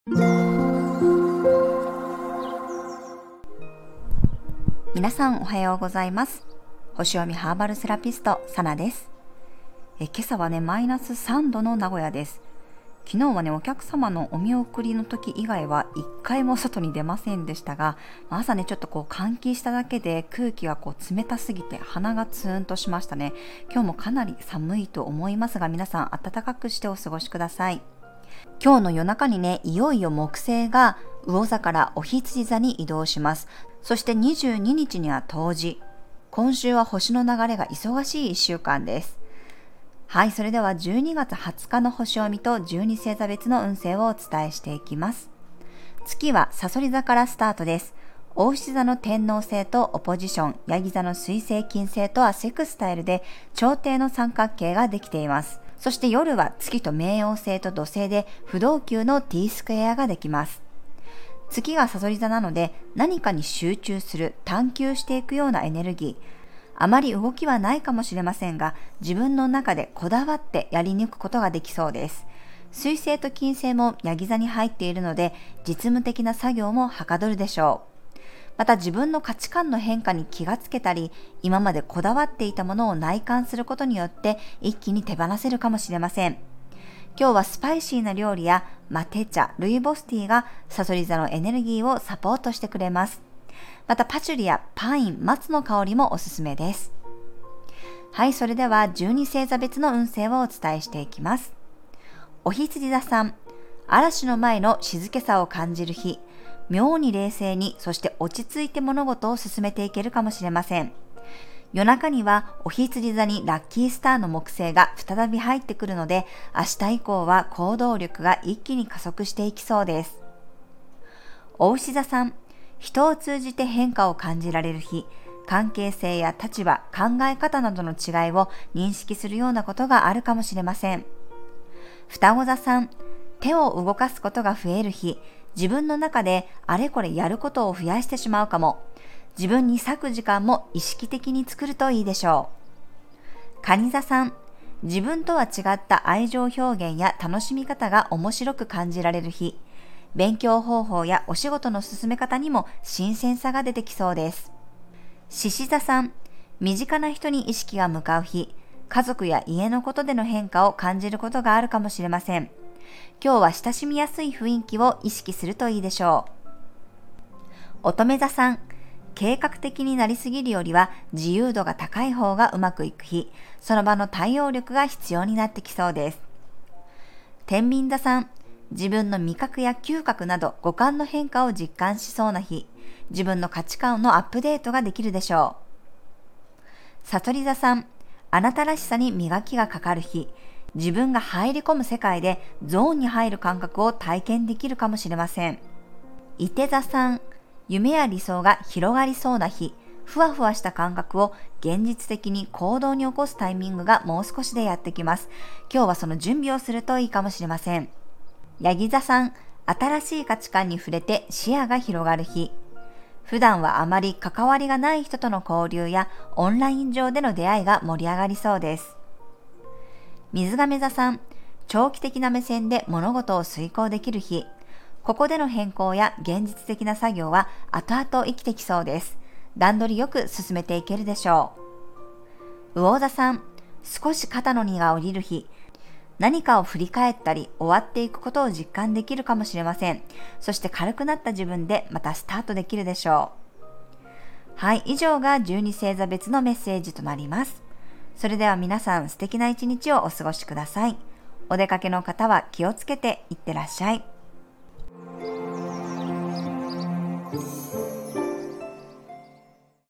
皆さんおはようございます。星読みハーバルセラピストサナです。今朝はマイナス3度の名古屋です。昨日はお客様のお見送りの時以外は一回も外に出ませんでしたが、朝ちょっと換気しただけで空気が冷たすぎて鼻がツーンとしましたね。今日もかなり寒いと思いますが、皆さん暖かくしてお過ごしください。今日の夜中にいよいよ木星が魚座からお羊座に移動します。そして22日には冬至。今週は星の流れが忙しい1週間です。はい、それでは12月20日の星読みと12星座別の運勢をお伝えしていきます。月は蠍座からスタートです。牡牛座の天王星とオポジション、ヤギ座の水星金星とはセクスタイルで朝廷の三角形ができています。そして夜は月と冥王星と土星で不動級の T スクエアができます。月が蠍座なので何かに集中する、探求していくようなエネルギー。あまり動きはないかもしれませんが、自分の中でこだわってやり抜くことができそうです。水星と金星もヤギ座に入っているので、実務的な作業もはかどるでしょう。また自分の価値観の変化に気がつけたり、今までこだわっていたものを内観することによって一気に手放せるかもしれません。今日はスパイシーな料理やマテ茶、ルイボスティーが蠍座のエネルギーをサポートしてくれます。またパチュリやパイン、松の香りもおすすめです。はい、それでは12星座別の運勢をお伝えしていきます。お羊座さん、嵐の前の静けさを感じる日、妙に冷静に、そして落ち着いて物事を進めていけるかもしれません。夜中にはお羊座にラッキースターの木星が再び入ってくるので、明日以降は行動力が一気に加速していきそうです。お牛座さん、人を通じて変化を感じられる日、関係性や立場、考え方などの違いを認識するようなことがあるかもしれません。双子座さん、手を動かすことが増える日、自分の中であれこれやることを増やしてしまうかも。自分に割く時間も意識的に作るといいでしょう。蟹座さん、自分とは違った愛情表現や楽しみ方が面白く感じられる日、勉強方法やお仕事の進め方にも新鮮さが出てきそうです。獅子座さん、身近な人に意識が向かう日、家族や家のことでの変化を感じることがあるかもしれません。今日は親しみやすい雰囲気を意識するといいでしょう。乙女座さん、計画的になりすぎるよりは自由度が高い方がうまくいく日、その場の対応力が必要になってきそうです。天秤座さん、自分の味覚や嗅覚など五感の変化を実感しそうな日、自分の価値観のアップデートができるでしょう。さそり座さん、あなたらしさに磨きがかかる日、自分が入り込む世界でゾーンに入る感覚を体験できるかもしれません。いて座さん、夢や理想が広がりそうな日、ふわふわした感覚を現実的に行動に起こすタイミングがもう少しでやってきます。今日はその準備をするといいかもしれません。ヤギ座さん、新しい価値観に触れて視野が広がる日。普段はあまり関わりがない人との交流やオンライン上での出会いが盛り上がりそうです。水亀座さん、長期的な目線で物事を遂行できる日。ここでの変更や現実的な作業は後々生きてきそうです。段取りよく進めていけるでしょう。魚座さん、少し肩の荷が下りる日。何かを振り返ったり終わっていくことを実感できるかもしれません。そして軽くなった自分でまたスタートできるでしょう。はい、以上が12星座別のメッセージとなります。それでは皆さん素敵な一日をお過ごしください。お出かけの方は気をつけていってらっしゃい。